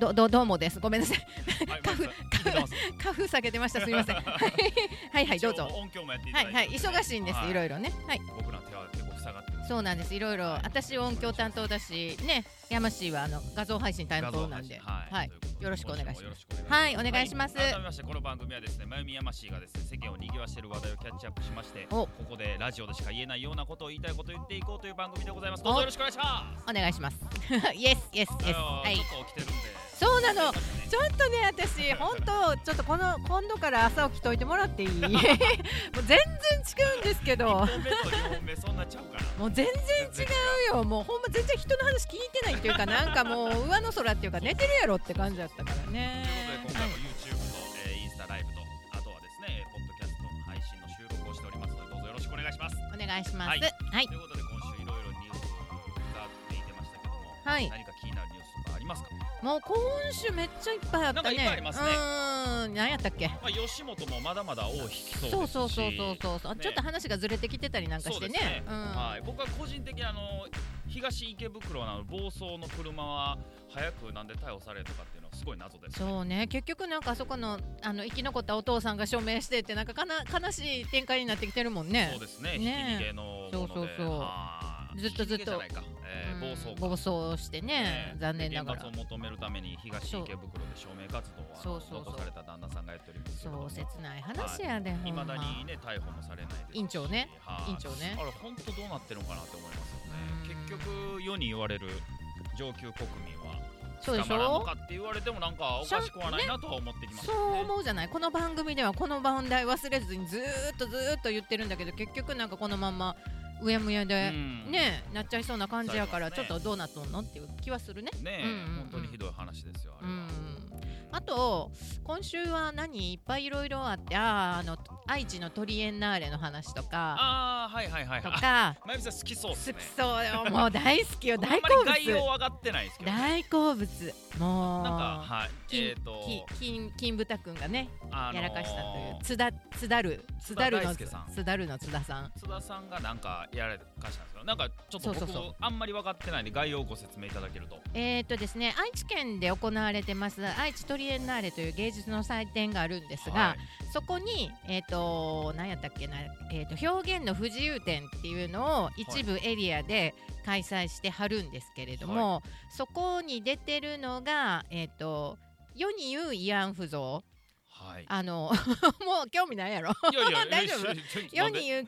どうもです。ごめんなさい。 はい、 花粉下げてました。すみません。はいはいどうぞ。 音響もやっていただいて、 はいはい忙しいんです、いろいろね。はい。 僕ら手は結構塞がって。 そうなんです。いろいろ私音響担当だしね、山氏は画像配信担当なんで、はい。よろしくお願いします。はい、お願いします。 改めましてこの番組はですね、まゆみやましがですね、世間を賑わしている話題をキャッチアップしまして、ここでラジオでしか言えないようなことを言いたいことを言っていこうという番組でございます。どうぞよろしくお願いします。 お願いします。イエスイエスイエス。 はい。ちょっと起きてるんで。 そうなの。ちょっとね私本当ちょっと今度から朝起きといてもらっていい？もう全然違うんですけど。 1本目と2本目そんなちゃうから。 もう全然違うよ。もうほんま全然人の話聞いてないっていうかなんかもう上の空っていうか寝てるやろって感じだったからね。 ということで今回も YouTube と、インスタライブとあとはですねポッドキャストの配信の収録をしておりますのでどうぞよろしくお願いします。 お願いします。 はい。ということで今週いろいろニュースが出てましたけども、 はい、 何か気になるニュースとかありますか？ もう今週めっちゃいっぱいあったね。 なんかいっぱいありますね。 何やったっけ？ まあ吉本もまだまだ尾を引きそうですし。 そう、ちょっと話がずれてきてたりなんかしてね。 はい。僕は個人的に東池袋の暴走の車は早くなんで逮捕されるとかっていうのはすごい謎です、ね。 そうね。結局なんかあそこの生き残ったお父さんが署名してってなんか悲しい展開になってきてるもんね。 そうですね。ひき逃げのもので。 そうずっと暴走してね、残念ながら原発を求めるために東池袋で署名活動を残された旦那さんがやっておりますけども、 そう切ない話やで、 いまだにね逮捕もされないですし、 院長ね、 あれ本当どうなってるのかなって思いますよね。結局世に言われる上級国民は捕まらんのかって言われてもなんかおかしくはないなとは思ってきますね。 そう思うじゃない。この番組ではこの問題忘れずにずーっと言ってるんだけど、結局なんかこのまんまうやむやでねなっちゃいそうな感じやから、ちょっとどうなっとんのっていう気はするね。 本当にひどい話ですよあれは。 あと今週はいっぱいいろいろあって、愛知のトリエンナーレの話とか、とか、 まゆみさん好きそうですね。 好きそうよ。もう大好きよ。大好物。 あんまり概要上がってないですけど、 大好物。もうなんか金豚くんがねやらかしたという津田るの津田さん。 津田さんがなんかやらかしたんですけど、なんかちょっと僕あんまり分かってないんで概要をご説明いただけると。 ですね、愛知県で行われてます愛知トリエンナーレという芸術の祭典があるんですが、そこに何やったっけな、表現の不自由展っていうのを一部エリアで開催してはるんですけれども、そこに出てるのが世に言う慰安婦像。もう興味ないやろ。大丈夫？世に言う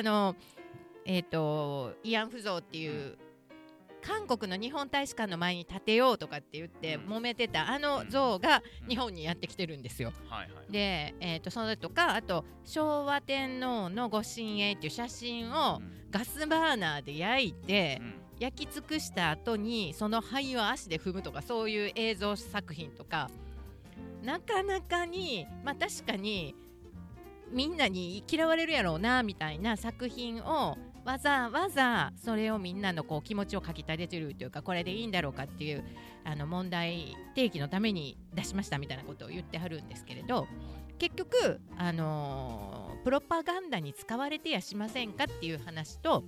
慰安婦像っていう韓国の日本大使館の前に建てようとかって言って揉めてた像が日本にやってきてるんですよ。で、それとかあと昭和天皇のご神影っていう写真をガスバーナーで焼いて、焼き尽くした後にその灰を足で踏むとか、そういう映像作品とか、なかなかに確かにみんなに嫌われるやろうなみたいな作品をわざわざそれをみんなの気持ちをかきたててるというか、これでいいんだろうかっていう問題提起のために出しましたみたいなことを言ってはるんですけれど、結局プロパガンダに使われてやしませんかっていう話と、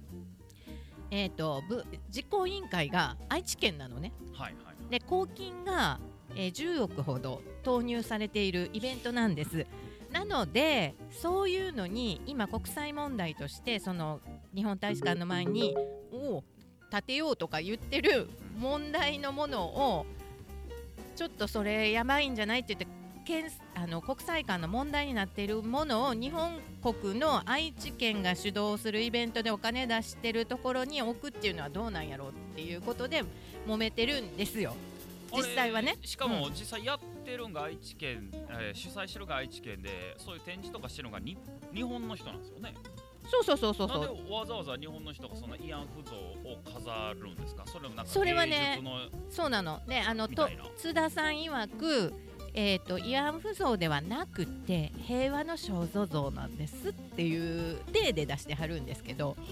実行委員会が愛知県なのね。で公金が10億ほど投入されているイベントなんです。なのでそういうのに今国際問題としてその日本大使館の前に建てようとか言ってる問題のものをちょっとそれやばいんじゃないって言って国際間の問題になっているものを日本国の愛知県が主導するイベントでお金出してるところに置くっていうのはどうなんやろうっていうことで揉めてるんですよ。実際はね。 しかも実際やってるんが愛知県、主催してるが愛知県で、そういう展示とかしてるのが日本の人なんですよね。 そうなんでわざわざ日本の人がその慰安婦像を飾るんですか？それもなんかそれはね、そうなので津田さん曰く慰安婦像ではなくて平和の肖像像なんですっていう体で出してはるんですけど、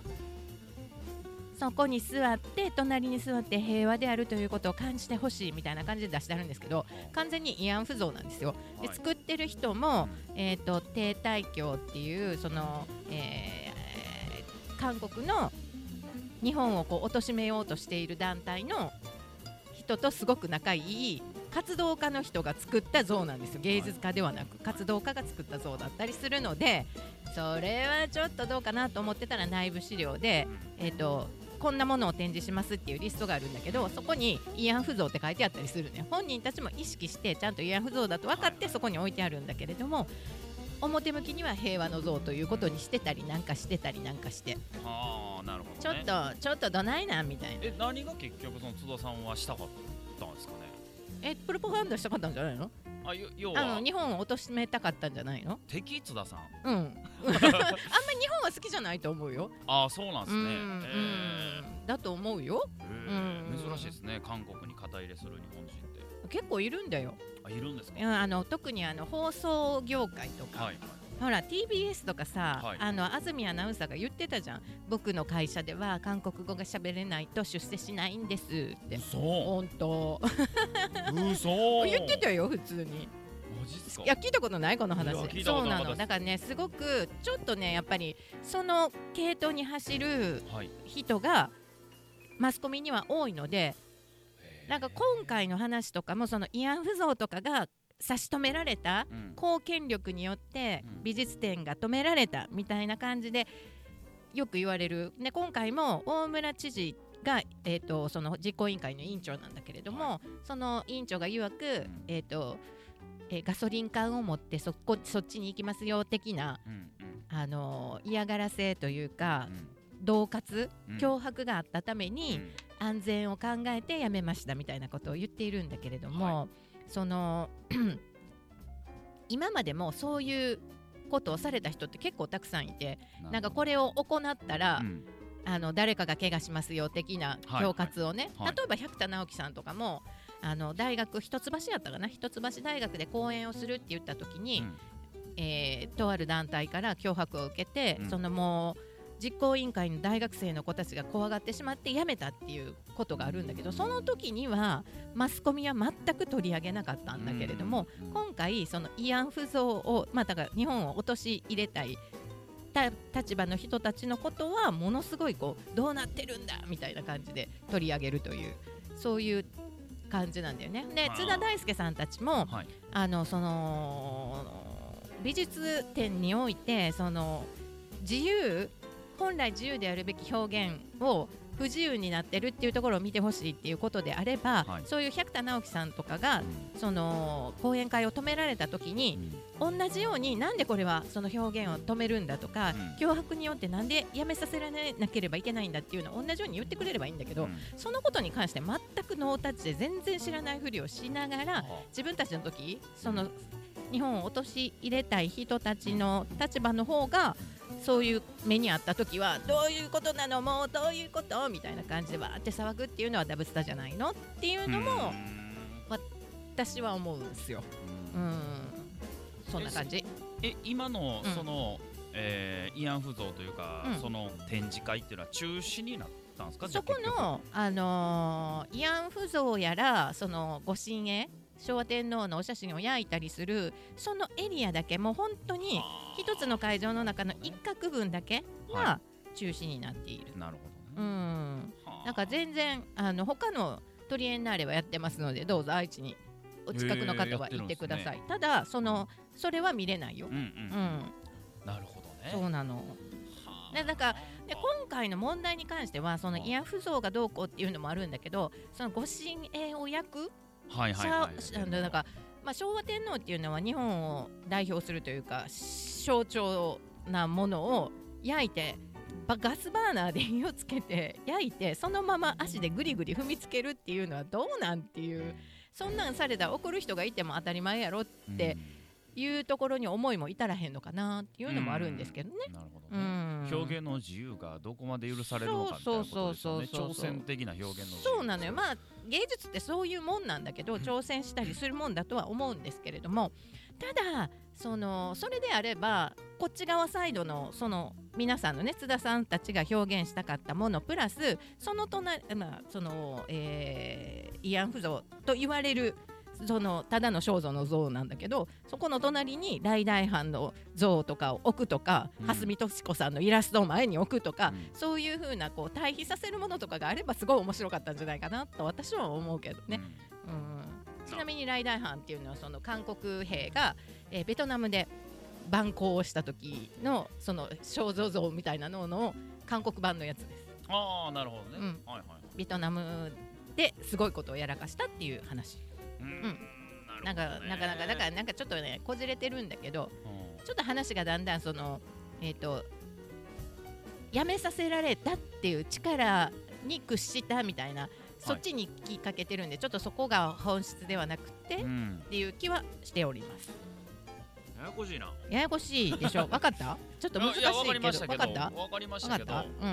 そこに座って隣に座って平和であるということを感じてほしいみたいな感じで出してあるんですけど、完全に慰安婦像なんですよ。で作ってる人も、帝大教っていうその、韓国の日本を貶めようとしている団体の人とすごく仲いい活動家の人が作った像なんですよ。芸術家ではなく活動家が作った像だったりするので、それはちょっとどうかなと思ってたら内部資料で、こんなものを展示しますっていうリストがあるんだけど、そこに慰安婦像って書いてあったりするね。本人たちも意識してちゃんと慰安婦像だと分かってそこに置いてあるんだけれども、表向きには平和の像ということにしてたりなんかしてたりなんかして、 なるほど、ね、 ちょっとどないなんみたいな。 何が結局その津田さんはしたかったんですかね。 プロパガンダしたかったんじゃないの？ 要は日本を貶めたかったんじゃないの？ 敵津田さん。 あんまり日本は好きじゃないと思うよ。 そうなんですね。 だと思うよ。 珍しいですね、韓国に肩入れする日本人って。 結構いるんだよ。 いるんですか？ 特に放送業界とか、ほら TBS とかさ、安住アナウンサーが言ってたじゃん。僕の会社では韓国語が喋れないと出世しないんですって。本当言ってたよ普通に。 マジっすか？ いや聞いたことないこの話。そうなの。だからね、すごくちょっとね、やっぱりその系統に走る人がマスコミには多いので、なんか今回の話とかもその慰安婦像とかが差し止められた、公権力によって美術展が止められたみたいな感じでよく言われる、ね、今回も大村知事が、その実行委員会の委員長なんだけれども、その委員長が曰く、ガソリン缶を持ってそっちに行きますよ的な、嫌がらせというか、恫喝、脅迫があったために、安全を考えてやめましたみたいなことを言っているんだけれども、その今までもそういうことをされた人って結構たくさんいて、なんかこれを行ったら、誰かが怪我しますよ的な恐喝をね、例えば百田直樹さんとかも大学一橋やったかな、一橋大学で講演をするって言った時に、とある団体から脅迫を受けて、そのもう実行委員会の大学生の子たちが怖がってしまって辞めたっていうことがあるんだけど、その時にはマスコミは全く取り上げなかったんだけれども、今回その慰安婦像を、だから日本を陥れたい立場の人たちのことはものすごいこうどうなってるんだみたいな感じで取り上げるという、そういう感じなんだよね。で、津田大介さんたちも、その美術展においてその本来自由であるべき表現を不自由になってるっていうところを見てほしいっていうことであれば、そういう百田直樹さんとかが、その講演会を止められた時に、同じようになんでこれはその表現を止めるんだとか、脅迫によってなんでやめさせられなければいけないんだっていうのを同じように言ってくれればいいんだけど、そのことに関して全くノータッチで全然知らないふりをしながら、自分たちの時その日本を陥れたい人たちの立場の方がそういう目にあった時はどういうことなの、もうどういうことみたいな感じでわーって騒ぐっていうのはダブスタじゃないのっていうのも私は思うんですよ。そんな感じ。 今のその、慰安婦像というか、その展示会っていうのは中止になったんですか？ そこの、慰安婦像やらそのご神栄昭和天皇のお写真を焼いたりするそのエリアだけ、もう本当に一つの会場の中の一角分だけは中止になっている。 なるほどね。 なんか全然他のトリエンナーレはやってますので、どうぞ愛知にお近くの方は行ってください。ただそれは見れないよ。 なるほどね。 そうなの。だから今回の問題に関してはその慰安婦像がどうこうっていうのもあるんだけど、そのご神栄を焼くなんか、昭和天皇っていうのは日本を代表するというか象徴なものを焼いて、ガスバーナーで火をつけて焼いて、そのまま足でグリグリ踏みつけるっていうのはどうなんっていう、そんなんされたら怒る人がいても当たり前やろっていうところに思いも至らへんのかなっていうのもあるんですけどね。 なるほどね。表現の自由がどこまで許されるのかみたいなことですよね。挑戦的な表現の自由。 そうなのよ。芸術ってそういうもんなんだけど、挑戦したりするもんだとは思うんですけれども、ただそれであればこっち側サイドのその皆さんのね、津田さんたちが表現したかったものプラスその隣、慰安婦像と言われるそのただの肖像の像なんだけど、そこの隣に来大藩の像とかを置くとか、蓮見敏子さんのイラストを前に置くとか、そういう風なこう対比させるものとかがあればすごい面白かったんじゃないかなと私は思うけどね、ちなみに来大藩っていうのはその韓国兵が、ベトナムで蛮行をした時のその肖像像みたいなのの韓国版のやつです。 ああ、なるほどね、 ベトナムですごいことをやらかしたっていう話。なんかちょっとねこじれてるんだけど、ちょっと話がだんだんそのやめさせられたっていう力に屈したみたいな、そっちに聞きかけてるんで、ちょっとそこが本質ではなくて、っていう気はしております。 ややこしいな。 ややこしいでしょ。分かった？ちょっと難しいけど。分かった？ 分かりましたけど。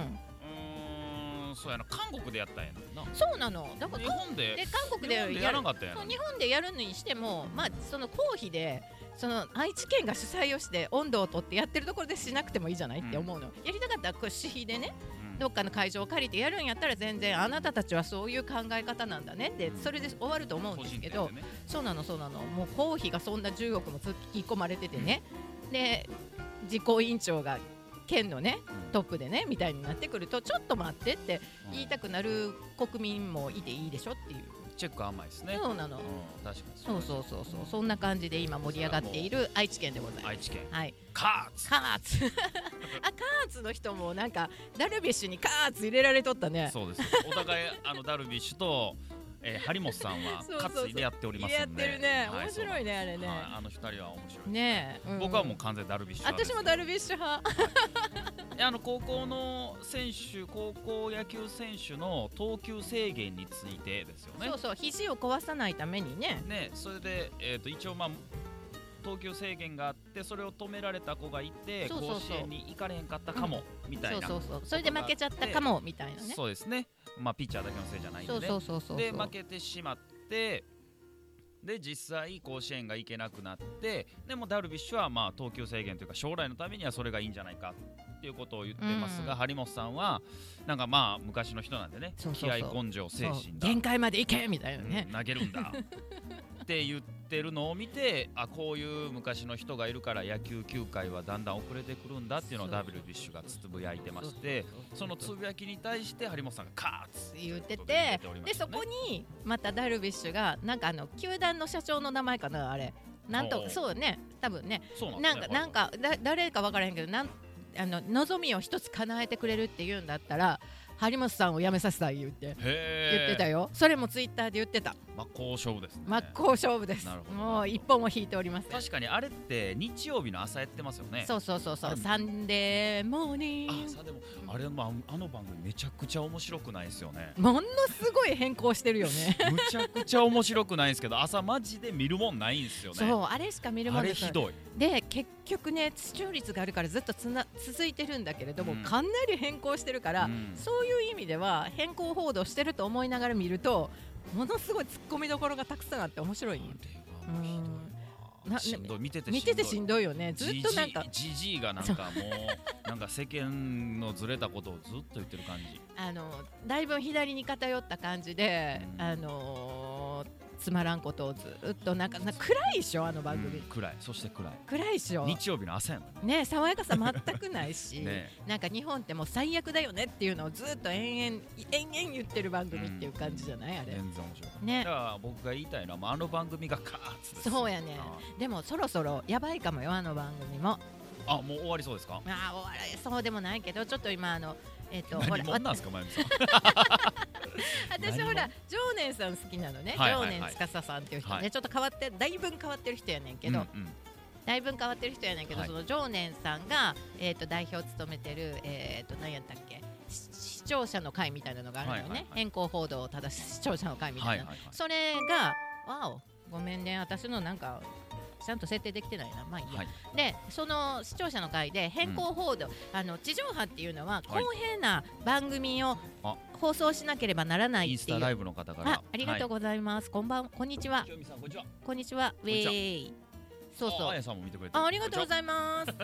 そうやな、韓国でやったんやな。 そうなの。だから日本で韓国でやらなかったんやな。 日本でやるにしても、まあその公費でその愛知県が主催をして温度を取ってやってるところでしなくてもいいじゃないって思うの。やりたかったら私費でね、どっかの会場を借りてやるんやったら全然あなたたちはそういう考え方なんだねってそれで終わると思うんですけど、そうなのもう公費がそんな10億も突き込まれててね、で実行委員長が県のねトップでねみたいになってくると、ちょっと待ってって言いたくなる国民もいていいでしょっていう。 チェック甘いですね。 そうなの、 確かにそうそんな感じで今盛り上がっている愛知県でございます。 愛知県、 はい、 カーツカーツの人もなんかダルビッシュにカーツ入れられとったね。 そうです。お互いダルビッシュと張本さんはカツでやっておりますので、 やってるね、面白いねあれね。 あの二人は面白いね。 僕はもう完全ダルビッシュ派。私もダルビッシュ派。 高校の選手、高校野球選手の投球制限についてですよね。 そう肘を壊さないためにね。 それで一応投球制限があって、それを止められた子がいて、甲子園に行かれへんかったかもみたいな。 それで負けちゃったかもみたいなね。 そうですね。ピッチャーだけのせいじゃないんでね。で負けてしまって、で実際甲子園が行けなくなって、でもダルビッシュは投球制限というか将来のためにはそれがいいんじゃないかっていうことを言ってますが、張本さんはなんか昔の人なんでね、気合根性精神だ、 限界まで行けみたいなね、 投げるんだって言ってるのを見て、こういう昔の人がいるから野球球界はだんだん遅れてくるんだっていうのをダルビッシュがつぶやいてまして、そのつぶやきに対して張本さんがカーツ言ってて、でそこにまたダルビッシュがなんか球団の社長の名前かな、あれなんとそうね、多分ね、なんか誰か分からへんけど、望みを一つ叶えてくれるって言うんだったら張本さんを辞めさせたい言ってたよ。それもツイッターで言ってた。 真っ向勝負ですね。 真っ向勝負です。もう一本も引いております。 確かにあれって日曜日の朝やってますよね。 そうサンデーモーニング。 あれあの番組めちゃくちゃ面白くないですよね。 ものすごい変更してるよね。 むちゃくちゃ面白くないんですけど、朝マジで見るもんないんですよね。 そう、あれしか見るもんです。 あれひどい。 で結局ね、視聴率があるからずっと続いてるんだけれども、かなり変更してるから、そういう意味では変更報道してると思いながら見ると、ものすごいツッコミどころがたくさんあって面白い。 見ててしんどいよね。ずっとなんかジジイがなんかもうなんか世間のずれたことをずっと言ってる感じ。 だいぶ左に偏った感じで、つまらんことをずっとなんか暗いでしょ、あの番組。 暗い、そして暗いでしょ。 日曜日の朝やもんね。爽やかさ全くないしなんか日本ってもう最悪だよねっていうのをずっと延々言ってる番組っていう感じじゃない、あれ。 全然面白いね。だから僕が言いたいのはあの番組がカーツです。 そうやね。でもそろそろやばいかもよ、あの番組も。 もう終わりそうですか？ 終わりそうでもないけど、ちょっと今何者なんですか、まゆみさん。 私ほら常念さん好きなのね。常念司さんっていう人ね、ちょっとだいぶ変わってる人やねんけど、その常念さんが代表を務めてる何やったっけ、視聴者の会みたいなのがあるのよね。変更報道を正す視聴者の会みたいな。それがごめんね、私のなんかちゃんと設定できてないな。まあいいや。でその視聴者の会で変更報道、地上波っていうのは公平な番組を放送しなければならないっていう。インスタライブの方からありがとうございます。こんにちは。こんにちは。ウェイ。そう。 あやさんも見てくれてる。 ありがとうございます。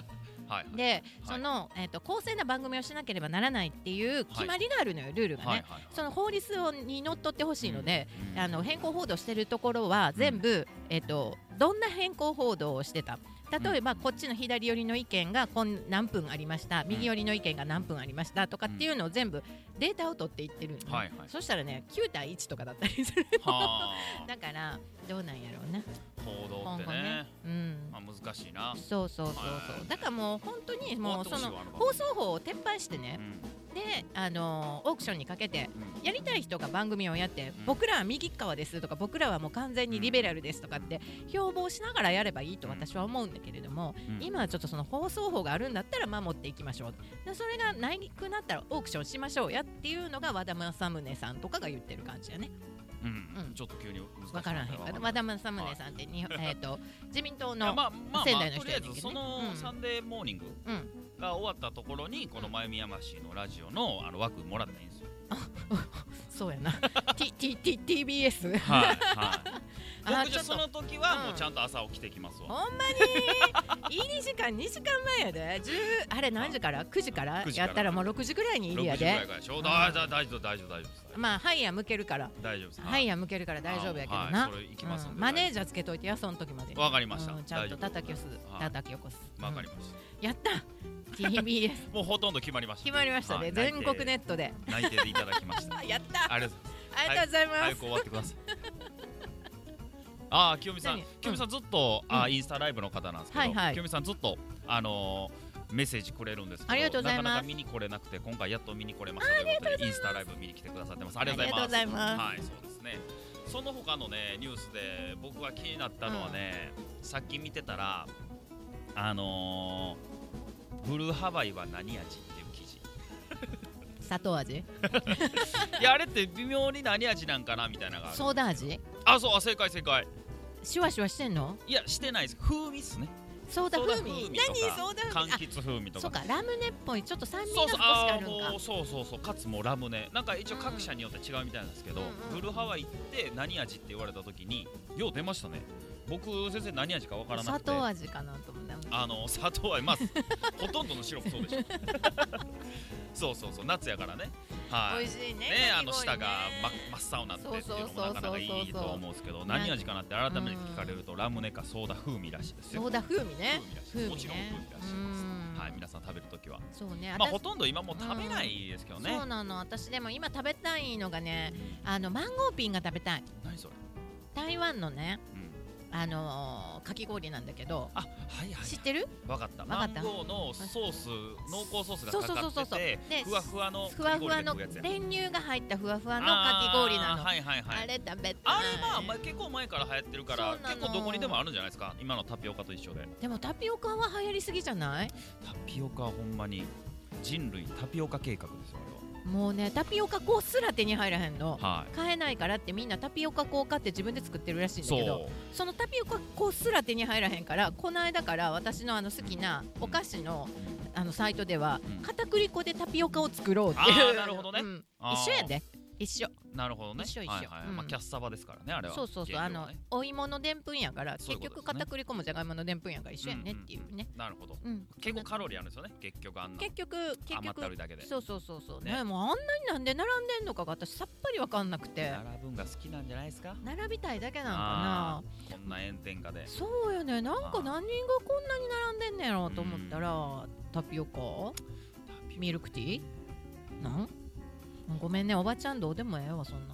で、その、公正な番組をしなければならないっていう決まりがあるのよ、ルールがね。その法律にのっとってほしいので、変更報道してるところは全部、どんな変更報道をしてた。例えばこっちの左寄りの意見が何分ありました、右寄りの意見が何分ありましたとかっていうのを全部データを取っていってるの、そしたらね9対1とかだったりするだからどうなんやろうな、 報道ってね、難しいな。 そうだからもう本当にもうその放送法を撤廃してね、でオークションにかけて、やりたい人が番組をやって、僕らは右側ですとか、僕らはもう完全にリベラルですとかって標榜しながらやればいいと私は思うんだけれども、今はちょっとその放送法があるんだったら守っていきましょう、でそれがないくなったらオークションしましょうやっていうのが和田政宗さんとかが言ってる感じやね。 ちょっと急に難しい。 分からへんから和田政宗さんって自民党の仙台の人やねんけどね。 そのサンデーモーニングが終わったところにこのまゆみやましのラジオの枠もらったらいいんですよ。 そうやな。TBS。 僕じゃその時はもうちゃんと朝起きてきますわ。 ほんまにいい時間2時間前やで。あれ何時から9時からやったらもう6時ぐらいにいるやで。 大丈夫です。 まあハイヤー向けるから大丈夫です。 ハイヤー向けるから大丈夫やけどな。マネージャーつけといてや、その時まで。 わかりました。 ちゃんと叩き起こす。 わかりました。 やった。TBS もうほとんど決まりました。 決まりましたね。全国ネットで内定でいただきました。 やった。 ありがとうございます。 早く終わってください。清美さんずっとインスタライブの方なんですけど、清美さんずっとメッセージくれるんですけど、なかなか見に来れなくて、今回やっと見に来れましたということで、インスタライブ見に来てくださってます。ありがとうございます。はい、そうですね。その他のねニュースで僕が気になったのはね、さっき見てたらブルーハワイは何味っていう記事。 砂糖味？ いや、あれって微妙に何味なんかなみたいなのがある。 ソーダ味？ そう、正解。 シュワシュワしてんの？ いや、してないです。風味っすね。 ソーダ風味？何ソーダ風味？ 柑橘風味とか。 そうか、ラムネっぽいちょっと酸味が少しあるんか。 そうかつもラムネなんか一応各社によって違うみたいなんですけど、ブルーハワイって何味って言われた時によう出ましたね。僕全然何味かわからなくて、 砂糖味かなと思って。 砂糖味、ほとんどのシロップそうでしょ。そう夏やからね。 美味しいね。 舌が真っ青になってっていうのもなかなかいいと思うんですけど、何味かなって改めて聞かれるとラムネかソーダ風味らしいですよ。 ソーダ風味ね。 もちろん風味らしいです。はい、皆さん食べるときは。 そうね。 ほとんど今もう食べないですけどね。 そうなの。私でも今食べたいのがね、マンゴーピンが食べたい。 何それ？ 台湾のね。かき氷なんだけど、知ってる？ 分かった。マンゴーのソース、濃厚ソースがかかってて、ふわふわの練乳が入ったふわふわのかき氷なの。あれ食べたい。 あれ結構前から流行ってるから、結構どこにでもあるんじゃないですか。今のタピオカと一緒で。 でもタピオカは流行りすぎじゃない？ タピオカはほんまに人類タピオカ計画ですよ。 もうね、タピオカ粉すら手に入らへんの、買えないからってみんなタピオカ粉を買って自分で作ってるらしいんだけど、そのタピオカ粉すら手に入らへんから、この間から私の好きなお菓子のサイトでは片栗粉でタピオカを作ろうっていう。 なるほどね。 一緒やで。一緒。 なるほどね。 一緒。 キャッサバですからね、あれは。 そうお芋のでんぷんやから、結局片栗粉もじゃがいものでんぷんやから一緒やねっていうね。 なるほど。結構カロリーあるんですよね、結局結局余ったるだけで。 そうね。もうあんなになんで並んでんのかが私さっぱりわかんなくて。 並ぶんが好きなんじゃないですか。 並びたいだけなんかな。 こんな炎天下で。 そうよね。なんか何人がこんなに並んでんねやろうと思ったら、タピオカ？ミルクティー？ごめんね、おばちゃんどうでもええわ、そんな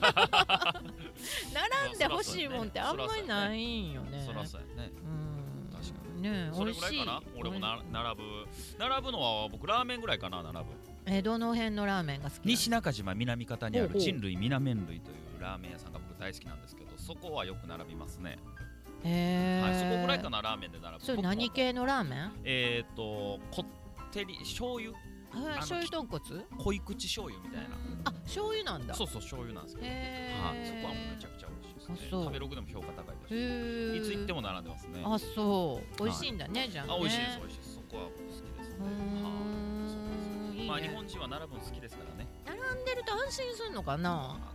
並んでほしいもんってあんまりないんよね。 そらそうやね。確かにね。 それぐらいかな。俺も並ぶのは僕ラーメンぐらいかな。並ぶどの辺のラーメンが好き？ 西中島南方にある人類みな麺類というラーメン屋さんが僕大好きなんですけど、そこはよく並びますね。そこぐらいかな、ラーメンで並ぶ。 それ何系のラーメン？ こってり醤油。 醤油豚骨？ 濃い口醤油みたいな。 醤油なんだ。 そう醤油なんですけど、そこはもうめちゃくちゃ美味しいですね。食べログでも評価高いですし、いつ行っても並んでますね。美味しいんだね、じゃあね。 美味しいです。そこは好きですね。日本人は並ぶの好きですからね。 並んでると安心するのかな。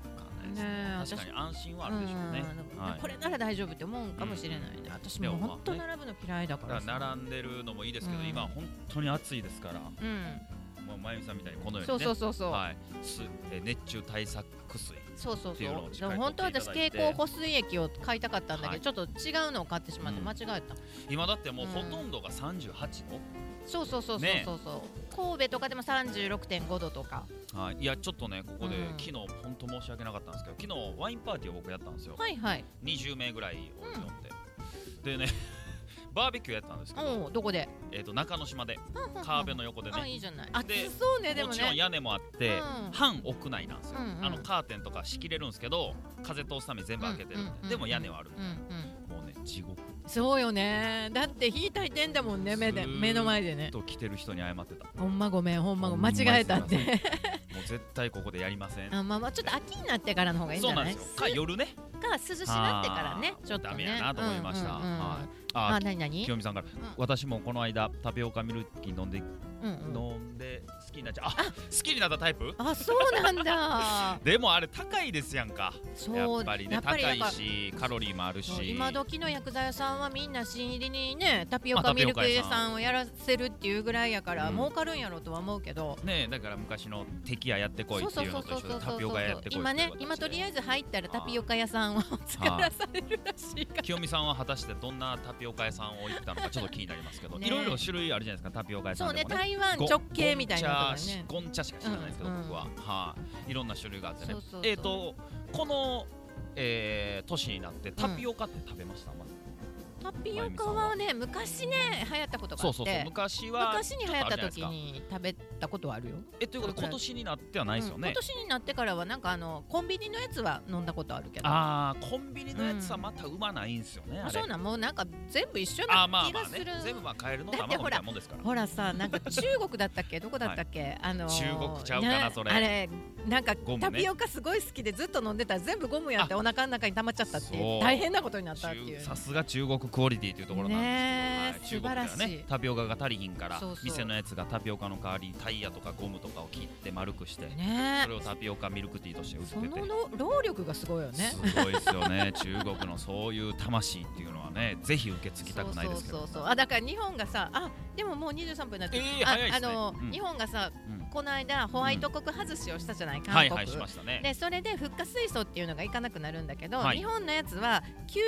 ですね。確かに安心はあるでしょうね。 これなら大丈夫って思うかもしれないね。私も本当並ぶの嫌いだから。 並んでるのもいいですけど、今本当に暑いですから。もうまゆみさんみたいにこのようにね、熱中対策水っていうのをそう本当は私経口補水液を買いたかったんだけど、ちょっと違うのを買ってしまって間違えた。 今だってもうほとんどが38度。 そう神戸とかでも36.5度とか。 いやちょっとねここで昨日本当申し訳なかったんですけど、昨日ワインパーティーを僕やったんですよ。20名ぐらいを呼んで、でねバーベキューやったんですけど、 どこで？ 中之島で、川辺の横でね。 いいじゃない。暑そうね。でもね。 もちろん屋根もあって半屋内なんですよ。カーテンとか仕切れるんですけど、風通すために全部開けてる。でも屋根はある。もうね地獄。 そうよね。だって火焚いてんだもんね、目の前でね。 と来てる人に謝ってた。 ほんまごめん間違えたって。 もう絶対ここでやりません。 ちょっと秋になってからの方がいいんじゃない？ そうなんですよ。か夜ね。 か涼しなってからね。ちょっとダメやなと思いました。 何？ 清美さんから、私もこの間タピオカミルクティー飲んで好きになっちゃう。好きになったタイプ？ そうなんだ。 でもあれ高いですやんか。やっぱりね、高いしカロリーもあるし。 今時の薬剤屋さんはみんな新入りにねタピオカミルク屋さんをやらせるっていうぐらいやから儲かるんやろうとは思うけどね。だから昔のテキヤやってこいっていうのと一緒でタピオカやってこい。 今とりあえず入ったらタピオカ屋さんを作らされるらしいから。 清美さんは果たしてどんなタピオカ屋さんを行ったのかちょっと気になりますけど、いろいろ種類あるじゃないですかタピオカ屋さんでもね。 そうね、台湾直系みたいなゴン茶しか知らないですけど僕はいろんな種類があってね。この年になってタピオカって食べました？ タピオカはね昔ね流行ったことがあって、昔に流行った時に食べたことはあるよ。 ということで今年になってはないですよね。 今年になってからはなんかコンビニのやつは飲んだことあるけど、 コンビニのやつはまたうまないんですよね。 そうなん、もうなんか全部一緒な気がする。 全部買えるの卵みたいなもんですから。 ほらさ、なんか中国だったっけどこだったっけ、 中国ちゃうかなそれ。 あれなんかタピオカすごい好きでずっと飲んでたら全部ゴムやってお腹の中に溜まっちゃったっていう大変なことになったっていう。 さすが中国クオリティというところなんですけど、中国ではねタピオカが足りひんから店のやつがタピオカの代わりにタイヤとかゴムとかを切って丸くしてそれをタピオカミルクティーとして売ってて、 その労力がすごいよね。 すごいですよね。中国のそういう魂っていうのはねぜひ受け継ぎたくないですけど。 だから日本がさでももう23分になって日本がさこの間ホワイト国外しをしたじゃない、韓国で。それでフッ化水素っていうのがいかなくなるんだけど、日本のやつは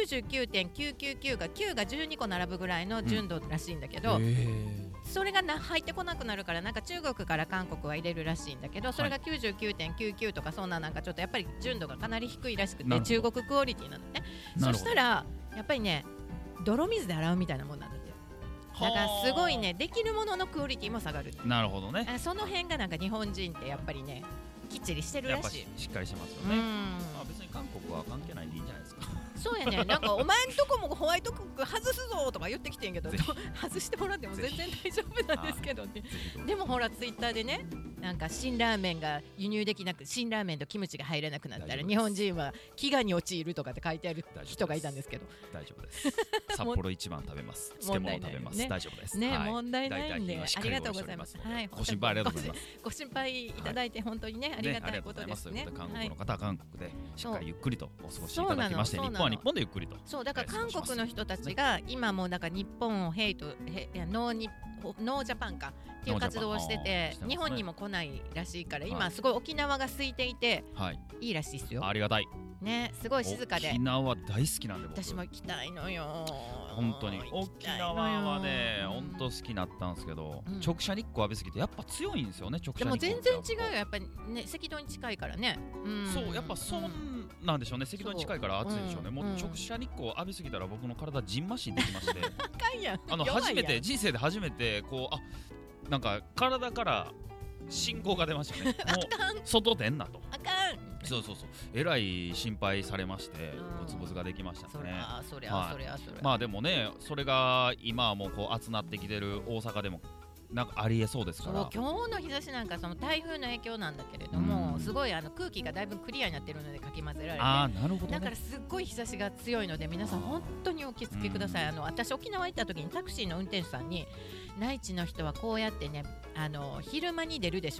99.999 が9が12個並ぶぐらいの純度らしいんだけど、それが入ってこなくなるからなんか中国から韓国は入れるらしいんだけど、それが 99.99 とかそんななんかちょっとやっぱり純度がかなり低いらしくて中国クオリティなのね。そしたらやっぱりね泥水で洗うみたいなもんなんだって。だからすごいねできるもののクオリティも下がる。 なるほどね。 その辺がなんか日本人ってやっぱりねきっちりしてるらしい。 しっかりしますよね。別に韓国は関係ないんでいいんじゃないですか。 そうやね。なんかお前んとこもホワイトクック外すぞとか言ってきてんけど外してもらっても全然大丈夫なんですけどね。でもほらツイッターでねなんか辛ラーメンが輸入できなく辛ラーメンとキムチが入らなくなったら日本人は飢餓に陥るとかって書いてある人がいたんですけど大丈夫です。札幌一番食べます。漬物食べます。大丈夫ですね。問題ないんでありがとうございます。 ご心配ありがとうございます。 ご心配いただいて本当にねありがたいことですね。 韓国の方は韓国でしっかりゆっくりとお過ごしいただきまして、日本は日本でゆっくりと。 そうだから韓国の人たちが今もなんか日本をノージャパンかっていう活動をしてて日本にも来ないらしいから今すごい沖縄が空いていていいらしいですよ。 ありがたいね。すごい静かで沖縄大好きなんで僕私も行きたいのよ。 本当に沖縄はね本当好きになったんですけど直射日光浴びすぎてやっぱ強いんですよね。直射日光でも全然違うよやっぱりね赤道に近いからね。 そうやっぱそうなんでしょうね。赤道に近いから暑いでしょうね。もう直射日光浴びすぎたら僕の体じんましんできまして初めて人生で初めてこうなんか体から信号が出ましたね。もう外出んなと。 あかん。 そうえらい心配されましてブツブツができましたね。 そりゃまあでもねそれが今はもうこう暑なってきてる大阪でもなんかありえそうですから。 そう今日の日差しなんかその台風の影響なんだけれどもすごい空気がだいぶクリアになってるのでかき混ぜられてなるほど、ね、 だからすっごい日差しが強いので皆さん本当にお気付けください。私沖縄行った時にタクシーの運転手さんに内地の人はこうやってね昼間に出るでしょ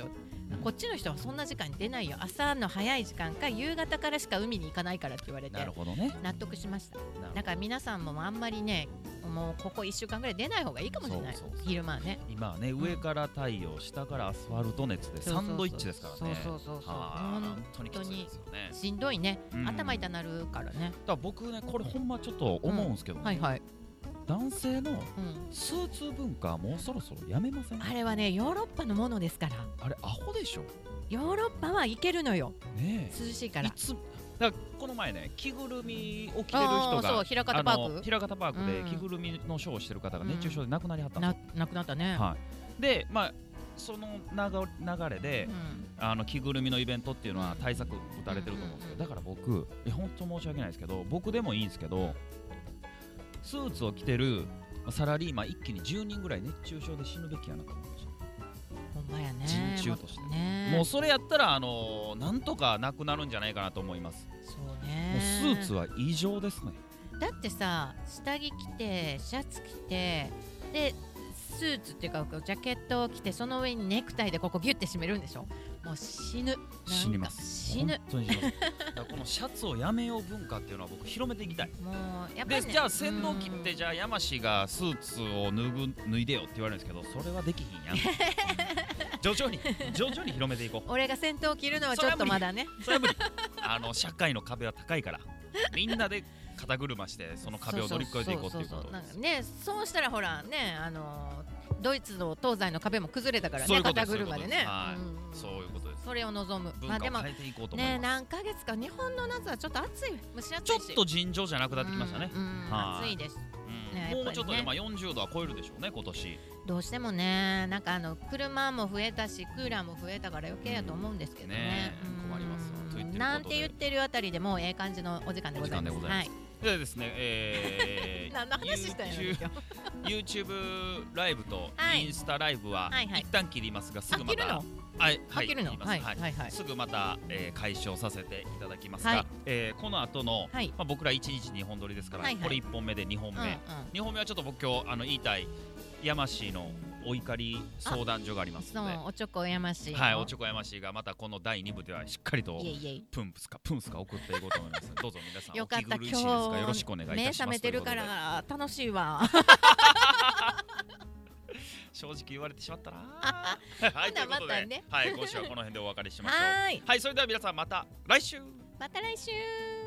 こっちの人はそんな時間に出ないよ、朝の早い時間か夕方からしか海に行かないからって言われて、 なるほどね、 納得しました。だから皆さんもあんまりね、もうここ1週間ぐらい出ない方がいいかもしれない。昼間はね、 今はね、上から太陽、下からアスファルト熱でサンドイッチですからね。 そう本当にきついですよね。 しんどいね、頭痛なるからね。 だから僕ね、これほんまちょっと思うんですけど、男性のスーツ文化はもうそろそろやめません？ あれはね、ヨーロッパのものですから。 あれアホでしょ。 ヨーロッパはいけるのよ、涼しいから。 だからこの前ね、着ぐるみを着てる人が平方パークで着ぐるみのショーをしてる方が熱中症で亡くなりはったんですよ。 亡くなったね。 で、その流れで、着ぐるみのイベントっていうのは対策打たれてると思うんですけど、だから僕、本当申し訳ないですけど、僕でもいいんですけど、スーツを着てるサラリーマン一気に10人ぐらい熱中症で死ぬべきやなと思いました。 ほんまやね、 人中としてもうそれやったらなんとかなくなるんじゃないかなと思います。 そうね、 もうスーツは異常ですね。 だってさ、下着着てシャツ着てでスーツっていうかジャケットを着て、その上にネクタイでここギュッて締めるんでしょ。もう死ぬ。 死にます。 死ぬ。 本当に死にます。だからこのシャツをやめよう文化っていうのは僕広めていきたい。 もうやっぱり、ね、 でじゃあ洗脳切ってじゃあ山氏がスーツを脱いでよって言われるんですけど、それはできひんやん。徐々に広めていこう。 俺が先頭を切るのはちょっとまだね。 それは無理。社会の壁は高いから、みんなで肩車してその壁を乗り越えていこうっていうことですね。 そうしたらほらね、ドイツの東西の壁も崩れたからね、肩車でね。 そういうことです。 それを望む。 文化を変えていこうと思います。 ね、何ヶ月か日本の夏はちょっと暑い、蒸し暑いし、 ちょっと尋常じゃなくなってきましたね。 暑いです。 もうちょっとね、40度は超えるでしょうね、今年。 どうしてもね、なんか車も増えたし、クーラーも増えたから余計やと思うんですけどね。 困りますよ。 なんて言ってるあたりでもうええ感じのお時間でございます。 でですね、 何の話したんやろ YouTube ライブとインスタライブは一旦切りますが、すぐまたすぐまた開始をさせていただきますが、この後の僕ら1日2本撮りですから、これ1本目で2本目2本目はちょっと僕今日言いたい山氏のお怒り相談所がありますので、 おちょこ山氏、 おちょこ山氏がまたこの第2部ではしっかりとプンスか送っていこうと思います。どうぞ皆さんお気苦しいですがよろしくお願いいたします。 目覚めてるから楽しいわ。 正直言われてしまったな。はい、ということで、今週はこの辺でお別れしましょう。はい、それでは皆さんまた来週。